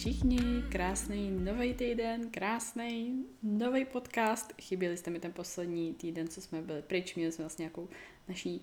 všichni, krásný nový týden, krásný nový podcast. Chyběli jste mi ten poslední týden, co jsme byli pryč, měli jsme vlastně nějakou naší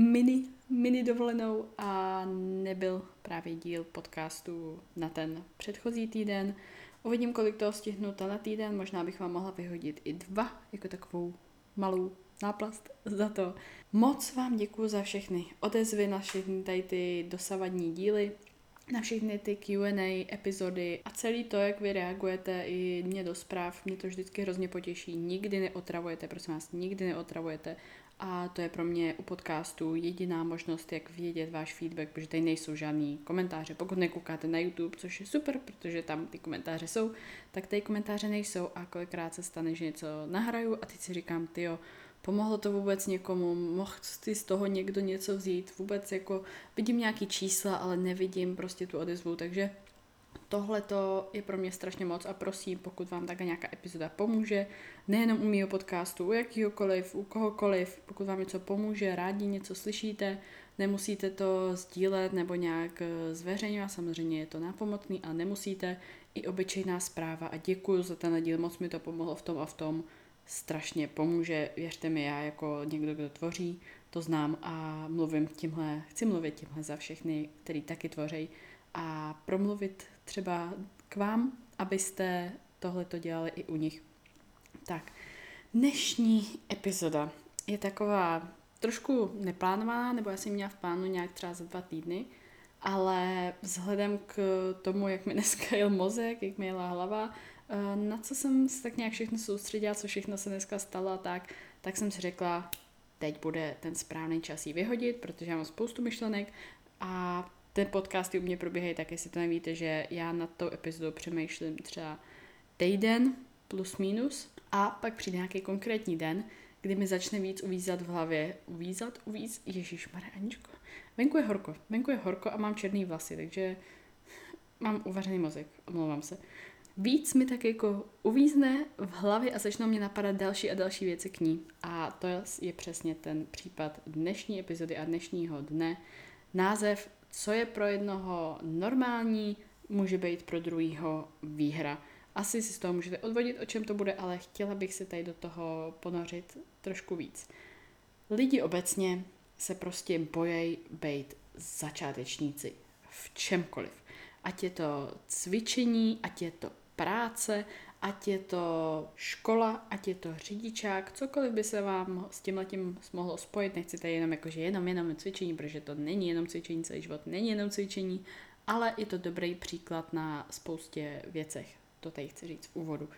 mini dovolenou a nebyl právě díl podcastu na ten předchozí týden. Uvidím, kolik toho stihnu tenhle týden, možná bych vám mohla vyhodit i 2, jako takovou malou náplast za to. Moc vám děkuju za všechny odezvy na všechny tady ty dosavadní díly, na všechny ty Q&A epizody a celý to, jak vy reagujete i mě do zpráv, mě to vždycky hrozně potěší. Nikdy neotravujete, prosím vás, nikdy neotravujete a to je pro mě u podcastu jediná možnost, jak vědět váš feedback, protože tady nejsou žádný komentáře. Pokud nekoukáte na YouTube, což je super, protože tam ty komentáře jsou, tak tady komentáře nejsou a kolikrát se stane, že něco nahraju a teď si říkám, tyjo, pomohlo to vůbec někomu, mohl si z toho někdo něco vzít, vůbec jako vidím nějaký čísla, ale nevidím prostě tu odezvu, takže tohle to je pro mě strašně moc a prosím, pokud vám takhle nějaká epizoda pomůže, nejenom u mýho podcastu, u jakýhokoliv, u kohokoliv, pokud vám něco pomůže, rádi něco slyšíte, nemusíte to sdílet nebo nějak zveřejňovat, samozřejmě je to nápomocný, ale nemusíte, i obyčejná zpráva a děkuju za ten díl, moc mi to pomohlo v tom a v tom, strašně pomůže, věřte mi, já jako někdo, kdo tvoří, to znám a chci mluvit tímhle za všechny, který taky tvoří a promluvit třeba k vám, abyste tohleto dělali i u nich. Tak, dnešní epizoda je taková trošku neplánovaná, nebo já jsem měla v plánu nějak třeba za 2 týdny, ale vzhledem k tomu, jak mi dneska jel mozek, jak mi jela hlava, na co jsem se tak nějak všechno soustředila, co všechno se dneska stalo a tak jsem si řekla, teď bude ten správný čas jí vyhodit, protože já mám spoustu myšlenek a ten podcasty u mě probíhají tak, jestli to nevíte, že já nad tou epizodou přemýšlím třeba týden plus minus a pak přijde nějaký konkrétní den, kdy mi začne víc uvízat v hlavě. Ježišmarja, Aničko. Venku je horko a mám černý vlasy, takže mám uvařený mozek, omlouvám se. Víc mi tak jako uvízne v hlavě a začnou mě napadat další a další věci k ní. A to je přesně ten případ dnešní epizody a dnešního dne. Název, co je pro jednoho normální, může být pro druhýho výhra. Asi si z toho můžete odvodit, o čem to bude, ale chtěla bych se tady do toho ponořit trošku víc. Lidi obecně se prostě bojí být začátečníci v čemkoliv. Ať je to cvičení, ať je to práce, ať je to škola, ať je to řidičák, cokoliv by se vám s tímhletím mohlo spojit, nechci tady jenom jakože jenom cvičení, protože to není jenom cvičení, celý život není jenom cvičení, ale je to dobrý příklad na spoustě věcech, to tady chci říct v úvodu.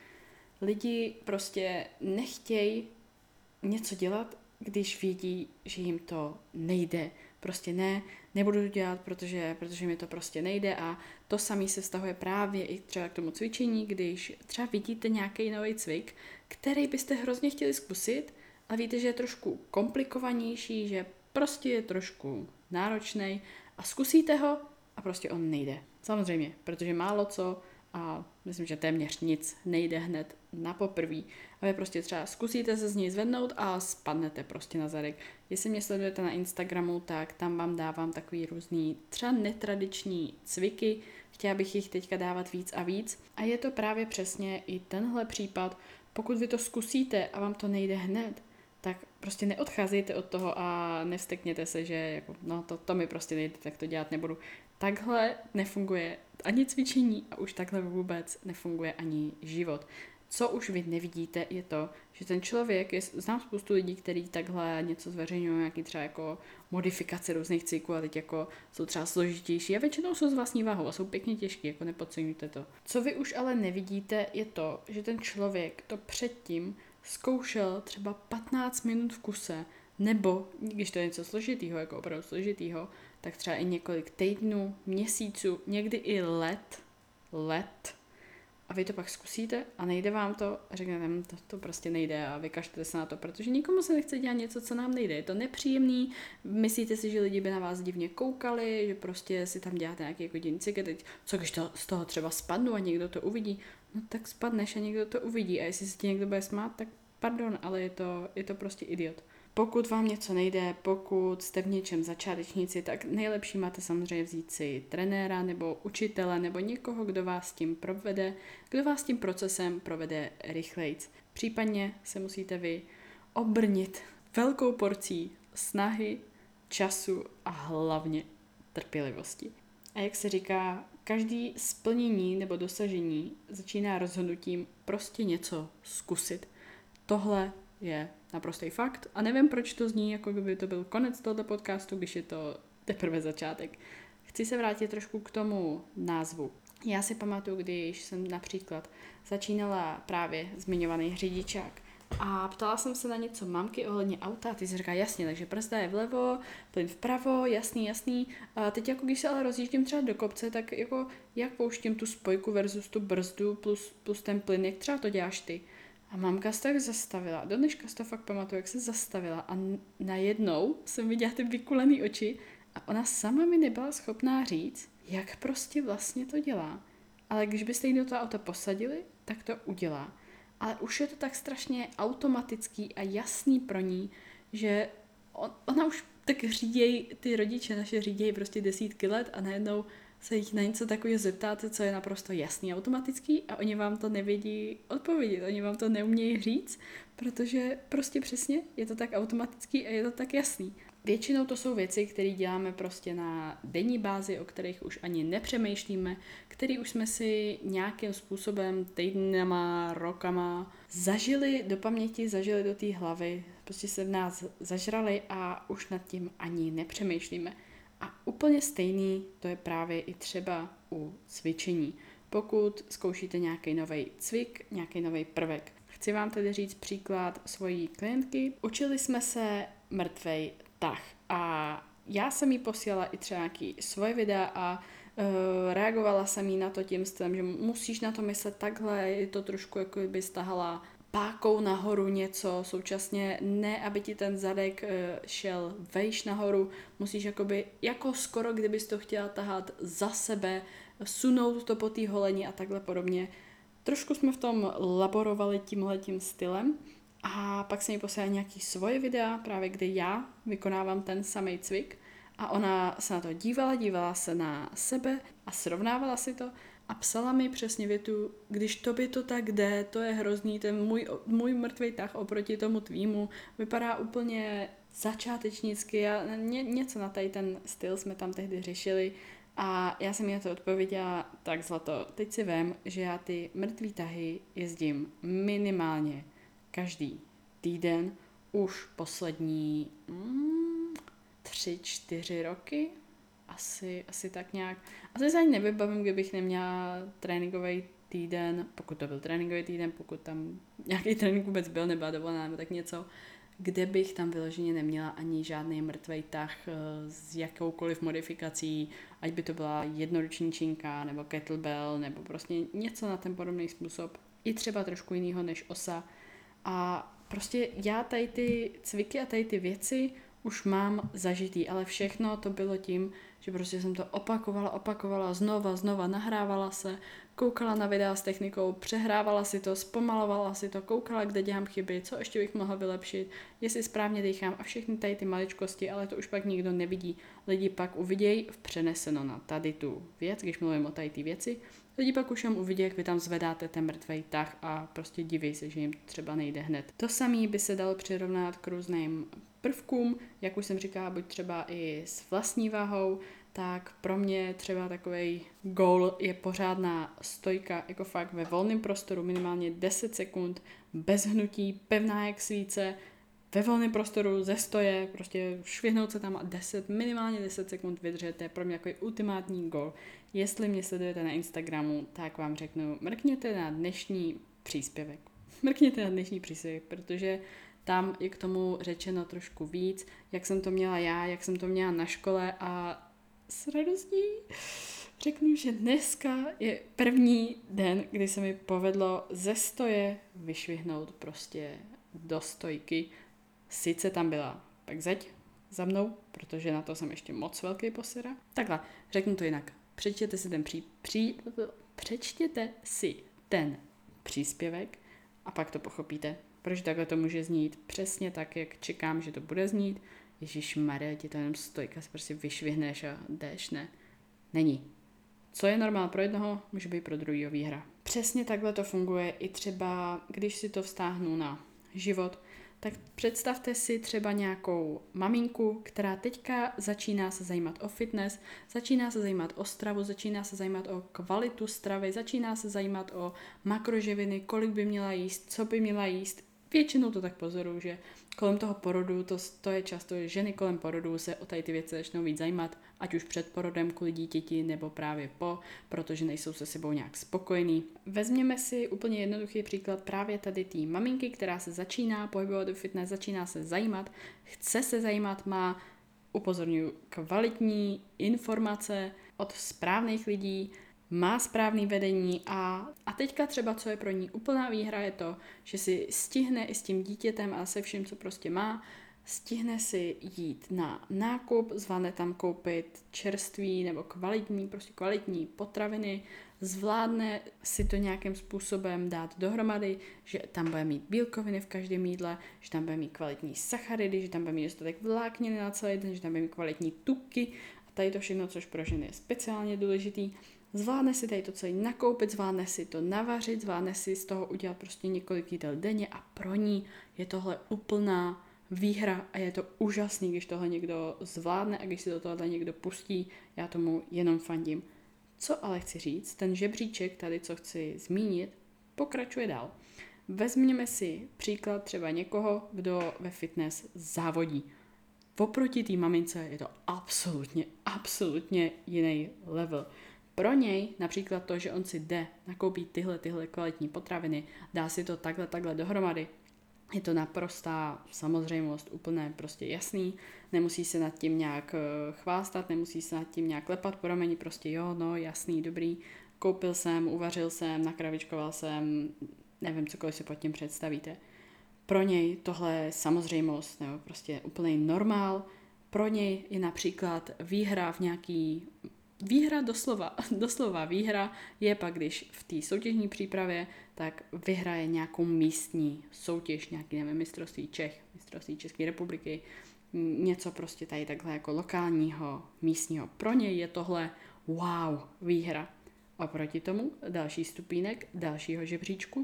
Lidi prostě nechtějí něco dělat, když vědí, že jim to nejde. Prostě nebudu to dělat, protože mi to prostě nejde a to samé se vztahuje právě i třeba k tomu cvičení, když třeba vidíte nějaký nový cvik, který byste hrozně chtěli zkusit, ale víte, že je trošku komplikovanější, že prostě je trošku náročný a zkusíte ho a prostě on nejde. Samozřejmě, protože málo co a myslím, že téměř nic nejde hned na poprví. A vy prostě třeba zkusíte se z něj zvednout a spadnete prostě na zadek. Jestli mě sledujete na Instagramu, tak tam vám dávám takový různý třeba netradiční cviky. Chtěla bych jich teďka dávat víc a víc. A je to právě přesně i tenhle případ. Pokud vy to zkusíte a vám to nejde hned, tak prostě neodcházejte od toho a nevstekněte se, že jako, to mi prostě nejde, tak to dělat nebudu. Takhle nefunguje ani cvičení a už takhle vůbec nefunguje ani život. Co už vy nevidíte, je to, že ten člověk, znám spoustu lidí, kteří takhle něco zveřejňují, nějaký třeba jako modifikace různých cviků a teď jako jsou třeba složitější a většinou jsou s vlastní váhou a jsou pěkně těžký, jako nepodceňujte to. Co vy už ale nevidíte, je to, že ten člověk to předtím zkoušel třeba 15 minut v kuse, nebo, když to je něco složitýho, jako opravdu složitýho, tak třeba i několik týdnů, měsíců, někdy i let. A vy to pak zkusíte a nejde vám to a řeknete, to prostě nejde a vykašlete se na to, protože nikomu se nechce dělat něco, co nám nejde. Je to nepříjemný, myslíte si, že lidi by na vás divně koukali, že prostě si tam děláte nějaký jako divný cykl, teď co když to z toho třeba spadnu a někdo to uvidí, no tak spadneš a někdo to uvidí a jestli se ti někdo bude smát, tak pardon, ale je to prostě idiot. Pokud vám něco nejde, pokud jste v něčem začátečníci, tak nejlepší máte samozřejmě vzít si trenéra nebo učitele nebo někoho, kdo vás tím provede, kdo vás tím procesem provede rychlejc. Případně se musíte vy obrnit velkou porcí snahy, času a hlavně trpělivosti. A jak se říká, každý splnění nebo dosažení začíná rozhodnutím prostě něco zkusit. Tohle je naprostý fakt a nevím, proč to zní, jako kdyby to byl konec tohoto podcastu, když je to teprve začátek. Chci se vrátit trošku k tomu názvu. Já si pamatuju, když jsem například začínala právě zmiňovaný řidičák a ptala jsem se na něco mamky ohledně auta a ty si říká, jasně, takže brzda je vlevo, plyn vpravo, jasný. A teď jako když se ale rozjíždím třeba do kopce, tak jako jak pouštím tu spojku versus tu brzdu plus ten plyn, jak třeba to děláš ty? A mamka se tak zastavila, do dneška si to fakt pamatuju, jak se zastavila a najednou jsem viděla ty vykulený oči a ona sama mi nebyla schopná říct, jak prostě vlastně to dělá. Ale když byste jí do toho auta posadili, tak to udělá. Ale už je to tak strašně automatický a jasný pro ní, že ona už tak řídějí, ty rodiče naše řídějí prostě desítky let a najednou se jich na něco takového zeptáte, co je naprosto jasný, automatický a oni vám to nevědí odpovědět, oni vám to neumějí říct, protože prostě přesně je to tak automatický a je to tak jasný. Většinou to jsou věci, které děláme prostě na denní bázi, o kterých už ani nepřemýšlíme, který už jsme si nějakým způsobem týdnama, rokama zažili do paměti, zažili do té hlavy, prostě se v nás zažrali a už nad tím ani nepřemýšlíme. A úplně stejný to je právě i třeba u cvičení. Pokud zkoušíte nějaký nový cvik, nějaký nový prvek. Chci vám tedy říct příklad svojí klientky. Učili jsme se mrtvej tah a já jsem jí posílala i třeba nějaký svoje videa a reagovala jsem jí na to tím stylem, že musíš na to myslet takhle, je to trošku jako by stahala pákou nahoru něco, současně ne, aby ti ten zadek šel vejš nahoru, musíš jakoby, jako skoro kdybys to chtěla tahat za sebe, sunout to po té holeni a takhle podobně. Trošku jsme v tom laborovali tímhletím stylem a pak jsem jí posílala nějaký svoje videa, právě kde já vykonávám ten samý cvik a ona se na to dívala se na sebe a srovnávala si to a psala mi přesně větu, když tobě to tak jde, to je hrozný, ten můj mrtvý tah oproti tomu tvýmu vypadá úplně začátečnicky a něco na tady ten styl jsme tam tehdy řešili a já jsem jí na to odpověděla, tak zlato, teď si vem, že já ty mrtvý tahy jezdím minimálně každý týden už poslední 3-4 roky, asi tak nějak. Asi se ani nevybavím, kdybych neměla tréninkový týden, pokud to byl tréninkový týden, pokud tam nějaký trénink vůbec byl, nebyla dovolená, nebo tak něco, kde bych tam vyloženě neměla ani žádný mrtvej tah s jakoukoliv modifikací, ať by to byla jednoruční činka, nebo kettlebell, nebo prostě něco na ten podobný způsob. I třeba trošku jinýho než osa. A prostě já tady ty cviky a tady ty věci už mám zažitý, ale všechno to bylo tím, že prostě jsem to opakovala, znova, nahrávala se, koukala na videa s technikou, přehrávala si to, zpomalovala si to, koukala, kde dělám chyby, co ještě bych mohla vylepšit, jestli správně dýchám a všechny tady ty maličkosti, ale to už pak nikdo nevidí. Lidi pak uvidějí v přeneseno na tady tu věc, když mluvím o tady ty věci, lidi pak už jen uvidí, jak vy tam zvedáte ten mrtvej tah a prostě diví se, že jim třeba nejde hned. To samé by se dalo přirovnat k různým prvkům, jak už jsem říkala, buď třeba i s vlastní váhou, tak pro mě třeba takovej goal je pořádná stojka, jako fakt ve volném prostoru, minimálně 10 sekund, bez hnutí, pevná jak svíce, ve volném prostoru ze stoje, prostě švihnout se tam a minimálně 10 sekund vydržet, to je pro mě takový ultimátní goal. Jestli mě sledujete na Instagramu, tak vám řeknu, mrkněte na dnešní příspěvek. Protože tam je k tomu řečeno trošku víc, jak jsem to měla já, jak jsem to měla na škole a s radostí řeknu, že dneska je první den, kdy se mi povedlo ze stoje vyšvihnout prostě do stojky. Sice tam byla pak zeď za mnou, protože na to jsem ještě moc velký posera. Takhle, řeknu to jinak. Přečtěte si ten příspěvek a pak to pochopíte. Protože takhle to může znít přesně tak, jak čekám, že to bude znít. Ježišmarja, ti to jenom stojka, si prostě vyšvihneš a jdeš, ne? Není. Co je normál pro jednoho, může být pro druhého výhra. Přesně takhle to funguje i třeba, když si to vztáhnu na život, tak představte si třeba nějakou maminku, která teďka začíná se zajímat o fitness, začíná se zajímat o stravu, začíná se zajímat o kvalitu stravy, začíná se zajímat o makroživiny, kolik by měla jíst, co by měla jíst. Většinou to tak pozoruju, že kolem toho porodu, to je často, že ženy kolem porodu se o tady ty věci začnou víc zajímat, ať už před porodem kvůli dítěti, nebo právě po, protože nejsou se sebou nějak spokojení. Vezměme si úplně jednoduchý příklad právě tady té maminky, která se začíná pohybovat do fitness, začíná se zajímat, chce se zajímat, má, upozorňuji, kvalitní informace od správných lidí, má správný vedení a teďka třeba, co je pro ní úplná výhra, je to, že si stihne i s tím dítětem a se vším, co prostě má, stihne si jít na nákup, zvládne tam koupit čerství nebo kvalitní potraviny, zvládne si to nějakým způsobem dát dohromady, že tam bude mít bílkoviny v každém jídle, že tam bude mít kvalitní sacharidy, že tam bude mít dostatek vlákniny na celý den, že tam bude mít kvalitní tuky a tady to všechno, což pro ženy je speciálně důležitý. Zvládne si tady to celé nakoupit, zvládne si to navařit, zvládne si z toho udělat prostě několik jídel denně a pro ní je tohle úplná výhra a je to úžasný, když tohle někdo zvládne a když si do tohle někdo pustí, já tomu jenom fandím. Co ale chci říct, ten žebříček tady, co chci zmínit, pokračuje dál. Vezměme si příklad třeba někoho, kdo ve fitness závodí. Oproti té mamince je to absolutně jiný level. Pro něj například to, že on si jde, nakoupí tyhle kvalitní potraviny, dá si to takhle dohromady, je to naprostá samozřejmost, úplně prostě jasný, nemusí se nad tím nějak chvástat, nemusí se nad tím nějak lepat po rameni, prostě jo, no jasný, dobrý, koupil jsem, uvařil jsem, nakravičkoval jsem, nevím, cokoliv si pod tím představíte. Pro něj tohle je samozřejmost, nebo prostě úplný normál, pro něj je například výhra v nějaký výhra doslova výhra je pak, když v té soutěžní přípravě, tak vyhraje nějakou místní soutěž, nějaký, nevím, mistrovství Čech, mistrovství České republiky, něco prostě tady takhle jako lokálního, místního. Pro něj je tohle wow, výhra. Oproti tomu další stupínek, dalšího žebříčku,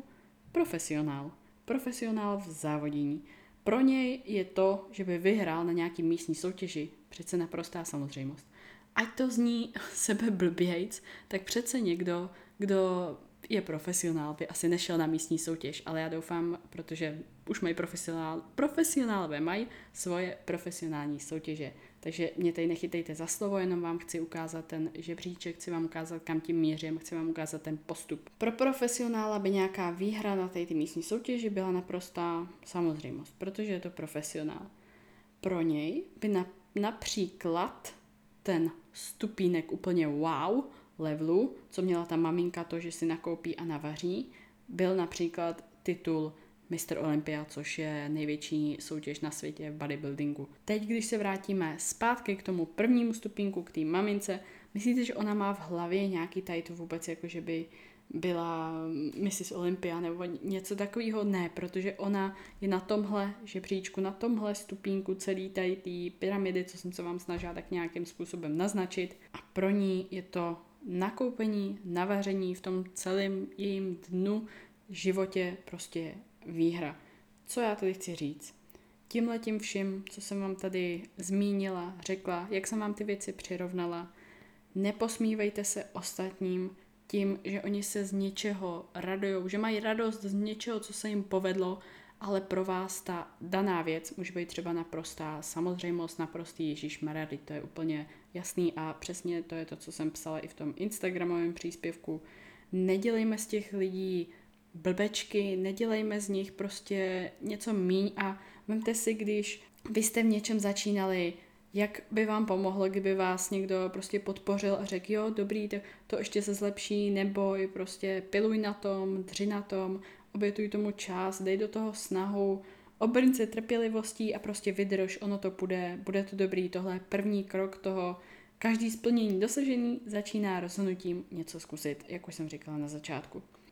profesionál v závodění. Pro něj je to, že by vyhrál na nějaký místní soutěži, přece naprostá samozřejmost. Ať to zní sebe blbějc, tak přece někdo, kdo je profesionál, by asi nešel na místní soutěž, ale já doufám, protože už mají profesionálové mají svoje profesionální soutěže. Takže mě tady nechytejte za slovo, jenom vám chci ukázat ten žebříček, chci vám ukázat, kam tím mířím, chci vám ukázat ten postup. Pro profesionála by nějaká výhra na té místní soutěži byla naprostá samozřejmost, protože je to profesionál. Pro něj by například ten stupínek úplně wow levelu, co měla ta maminka, to, že si nakoupí a navaří, byl například titul Mr. Olympia, což je největší soutěž na světě v bodybuildingu. Teď, když se vrátíme zpátky k tomu prvnímu stupínku, k té mamince, myslíte, že ona má v hlavě nějaký titul vůbec, jako že by byla Mrs. Olympia nebo něco takového? Ne, protože ona je na tomhle žebříčku, na tomhle stupínku celý tady té pyramidy, co jsem se vám snažila tak nějakým způsobem naznačit. A pro ní je to nakoupení, navaření v tom celém jejím dnu, životě prostě výhra. Co já tady chci říct? Tímhletím vším, co jsem vám tady zmínila, řekla, jak jsem vám ty věci přirovnala, neposmívejte se ostatním tím, že oni se z něčeho radujou, že mají radost z něčeho, co se jim povedlo, ale pro vás ta daná věc může být třeba naprostá samozřejmost, naprostý ježišmarja, to je úplně jasný a přesně to je to, co jsem psala i v tom instagramovém příspěvku. Nedělejme z těch lidí blbečky, nedělejme z nich prostě něco míň a vemte si, když vy jste v něčem začínali, jak by vám pomohlo, kdyby vás někdo prostě podpořil a řekl, jo, dobrý, to ještě se zlepší, neboj, prostě piluj na tom, dři na tom, obětuj tomu čas, dej do toho snahu, obrň se trpělivostí a prostě vydrž, ono to půjde, bude to dobrý, tohle je první krok toho, každý splnění dosažení začíná rozhodnutím něco zkusit, jak už jsem říkala na začátku.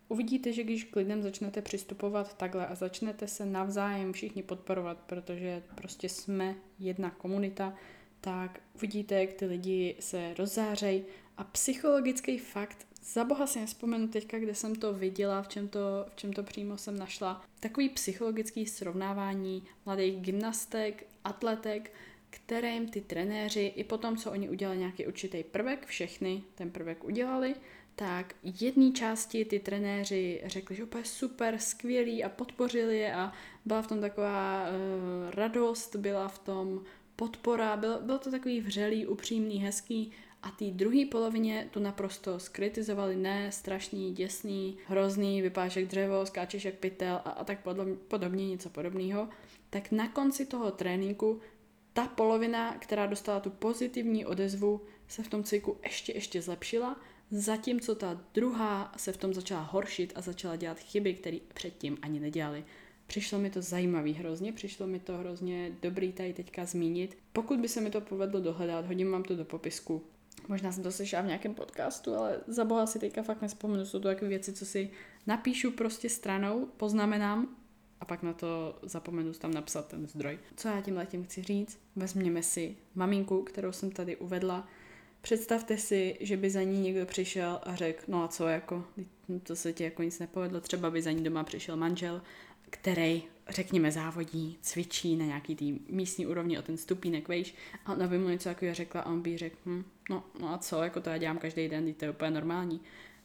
uvidíte, že když k lidem začnete přistupovat takhle a začnete se navzájem všichni podporovat, protože prostě jsme jedna komunita, tak uvidíte, jak ty lidi se rozzářejí a psychologický fakt, za boha si nevzpomenu teďka, kde jsem to viděla, v čem to přímo jsem našla, takový psychologický srovnávání mladých gymnastek, atletek, kterým ty trenéři, i po tom, co oni udělali nějaký určitý prvek, všechny ten prvek udělali, tak jedné části ty trenéři řekli, že úplně super, skvělý a podpořili je a byla v tom taková radost, byla v tom podpora, bylo to takový vřelý, upřímný, hezký a té druhé polovině tu naprosto skritizovali, ne, strašný, děsný, hrozný, vypadáš jak dřevo, skáčeš jak pytel a tak podobně, něco podobného. Tak na konci toho tréninku ta polovina, která dostala tu pozitivní odezvu, se v tom cviku ještě zlepšila, zatímco ta druhá se v tom začala horšit a začala dělat chyby, které předtím ani nedělali. Přišlo mi to zajímavý hrozně, přišlo mi to hrozně dobrý tady teďka zmínit. Pokud by se mi to povedlo dohledat, hodím vám to do popisku. Možná jsem to slyšela v nějakém podcastu, ale za boha si teďka fakt nespomenu. Jsou to takové věci, co si napíšu prostě stranou, poznamenám a pak na to zapomenu tam napsat ten zdroj. Co já tímhletím chci říct? Vezměme si maminku, kterou jsem tady uvedla. Představte si, že by za ní někdo přišel a řekl, no a co jako, to se ti jako nic nepovedlo, třeba by za ní doma přišel manžel, který, řekněme, závodí, cvičí na nějaký tý místní úrovni o ten stupínek vejš a ona by mu něco takového řekla a on by řekl, no a co, jako to já dělám každý den, to je úplně normální.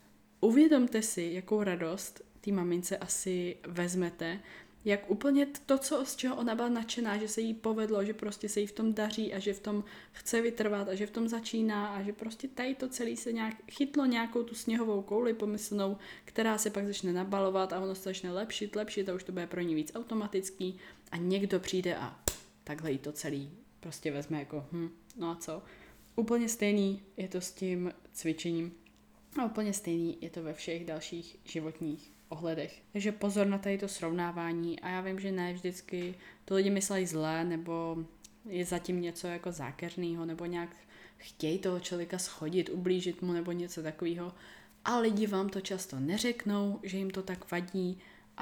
Uvědomte si, jakou radost té mamince asi vezmete, jak úplně z čeho ona byla nadšená, že se jí povedlo, že prostě se jí v tom daří a že v tom chce vytrvat a že v tom začíná a že prostě tady to celé se nějak chytlo nějakou tu sněhovou kouli pomyslnou, která se pak začne nabalovat a ono se začne lepšit a už to bude pro ní víc automatický a někdo přijde a takhle jí to celý prostě vezme jako no a co. Úplně stejný je to s tím cvičením a úplně stejný je to ve všech dalších životních ohledech. Takže pozor na tady to srovnávání a já vím, že ne vždycky to lidi myslejí zlé nebo je zatím něco jako zákeřného nebo nějak chtějí toho člověka schodit, ublížit mu nebo něco takového a lidi vám to často neřeknou, že jim to tak vadí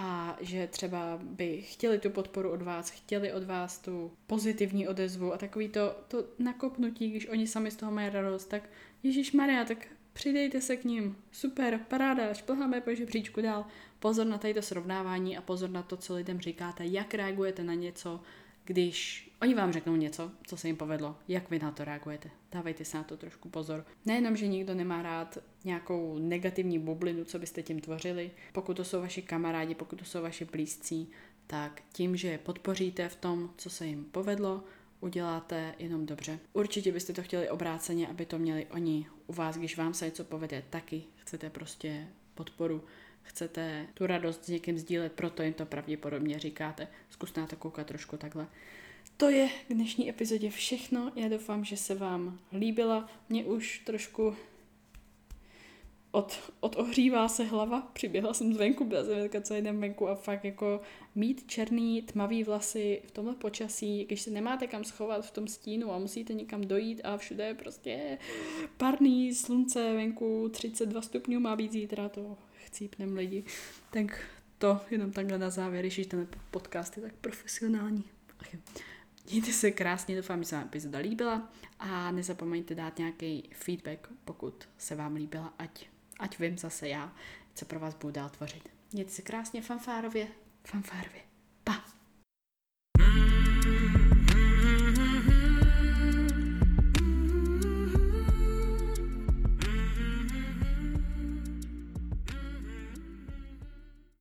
a že třeba by chtěli tu podporu od vás, chtěli od vás tu pozitivní odezvu a takový to nakopnutí, když oni sami z toho mají radost, tak Ježišmarja, tak přidejte se k ním. Super, paráda, šplháme po žebříčku dál. Pozor na tady to srovnávání a pozor na to, co lidem říkáte, jak reagujete na něco, když oni vám řeknou něco, co se jim povedlo, jak vy na to reagujete. Dávejte se na to trošku pozor. Nejenom, že nikdo nemá rád nějakou negativní bublinu, co byste tím tvořili, pokud to jsou vaši kamarádi, pokud to jsou vaši blízcí, tak tím, že je podpoříte v tom, co se jim povedlo, uděláte jenom dobře. Určitě byste to chtěli obráceně, aby to měli oni u vás, když vám se něco povede, taky chcete prostě podporu, chcete tu radost s někým sdílet, proto jim to pravděpodobně říkáte. Zkuste na to koukat trošku takhle. To je k dnešní epizodě všechno. Já doufám, že se vám líbila. Mně už trošku odohřívá se hlava. Přiběhla jsem zvenku, byla jsem teďka celý den venku a fakt jako mít černý, tmavý vlasy v tomhle počasí, když se nemáte kam schovat v tom stínu a musíte někam dojít a všude je prostě parný slunce venku, 32 stupňů má být zítra, to chcípnem lidi. Tak to jenom takhle na závěr, když ten podcast je tak profesionální. Mějte se krásně, doufám, že se vám epizoda líbila a nezapomeňte dát nějaký feedback, pokud se vám líbila, ať vím zase já, co pro vás budu dál tvořit. Mějte se krásně, fanfárově.